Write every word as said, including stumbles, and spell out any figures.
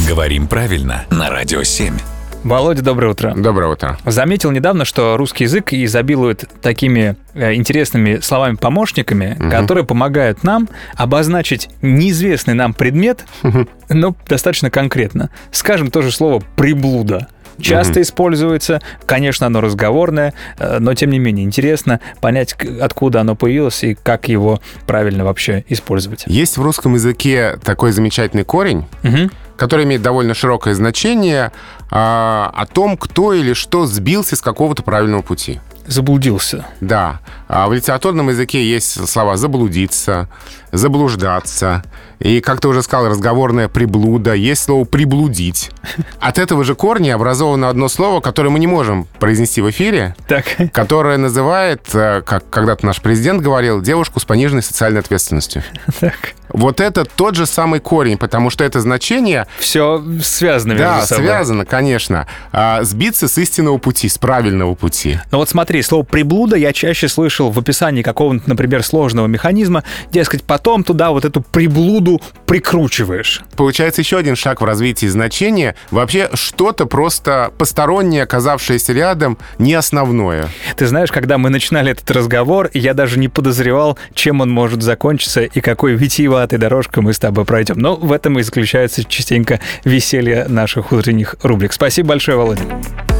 Говорим правильно на Радио семь. Володя, доброе утро. Доброе утро. Заметил недавно, что русский язык изобилует такими э, интересными словами-помощниками, угу. которые помогают нам обозначить неизвестный нам предмет, угу. но достаточно конкретно. Скажем, то же слово «приблуда». Часто угу. используется, конечно, оно разговорное, но тем не менее интересно понять, откуда оно появилось и как его правильно вообще использовать. Есть в русском языке такой замечательный корень, угу. который имеет довольно широкое значение а, о том, кто или что сбился с какого-то правильного пути. Заблудился. Да. А в литературном языке есть слова «заблудиться», «заблуждаться». И, как ты уже сказал, разговорная приблуда. Есть слово «приблудить». От этого же корня образовано одно слово, которое мы не можем произнести в эфире, так. которое называет, как когда-то наш президент говорил, девушку с пониженной социальной ответственностью. Так. Вот это тот же самый корень, потому что это значение... Все связано между да, собой. Да, связано, конечно. А, сбиться с истинного пути, с правильного пути. Но вот смотри, слово «приблуда» я чаще слышал в описании какого-то, например, сложного механизма. Дескать, потом туда вот эту приблуду прикручиваешь. Получается еще один шаг в развитии значения. Вообще что-то просто постороннее, оказавшееся рядом, не основное. Ты знаешь, когда мы начинали этот разговор, я даже не подозревал, чем он может закончиться и какой витиеватой дорожкой мы с тобой пройдем. Но в этом и заключается частенько веселье наших утренних рубрик. Спасибо большое, Володя.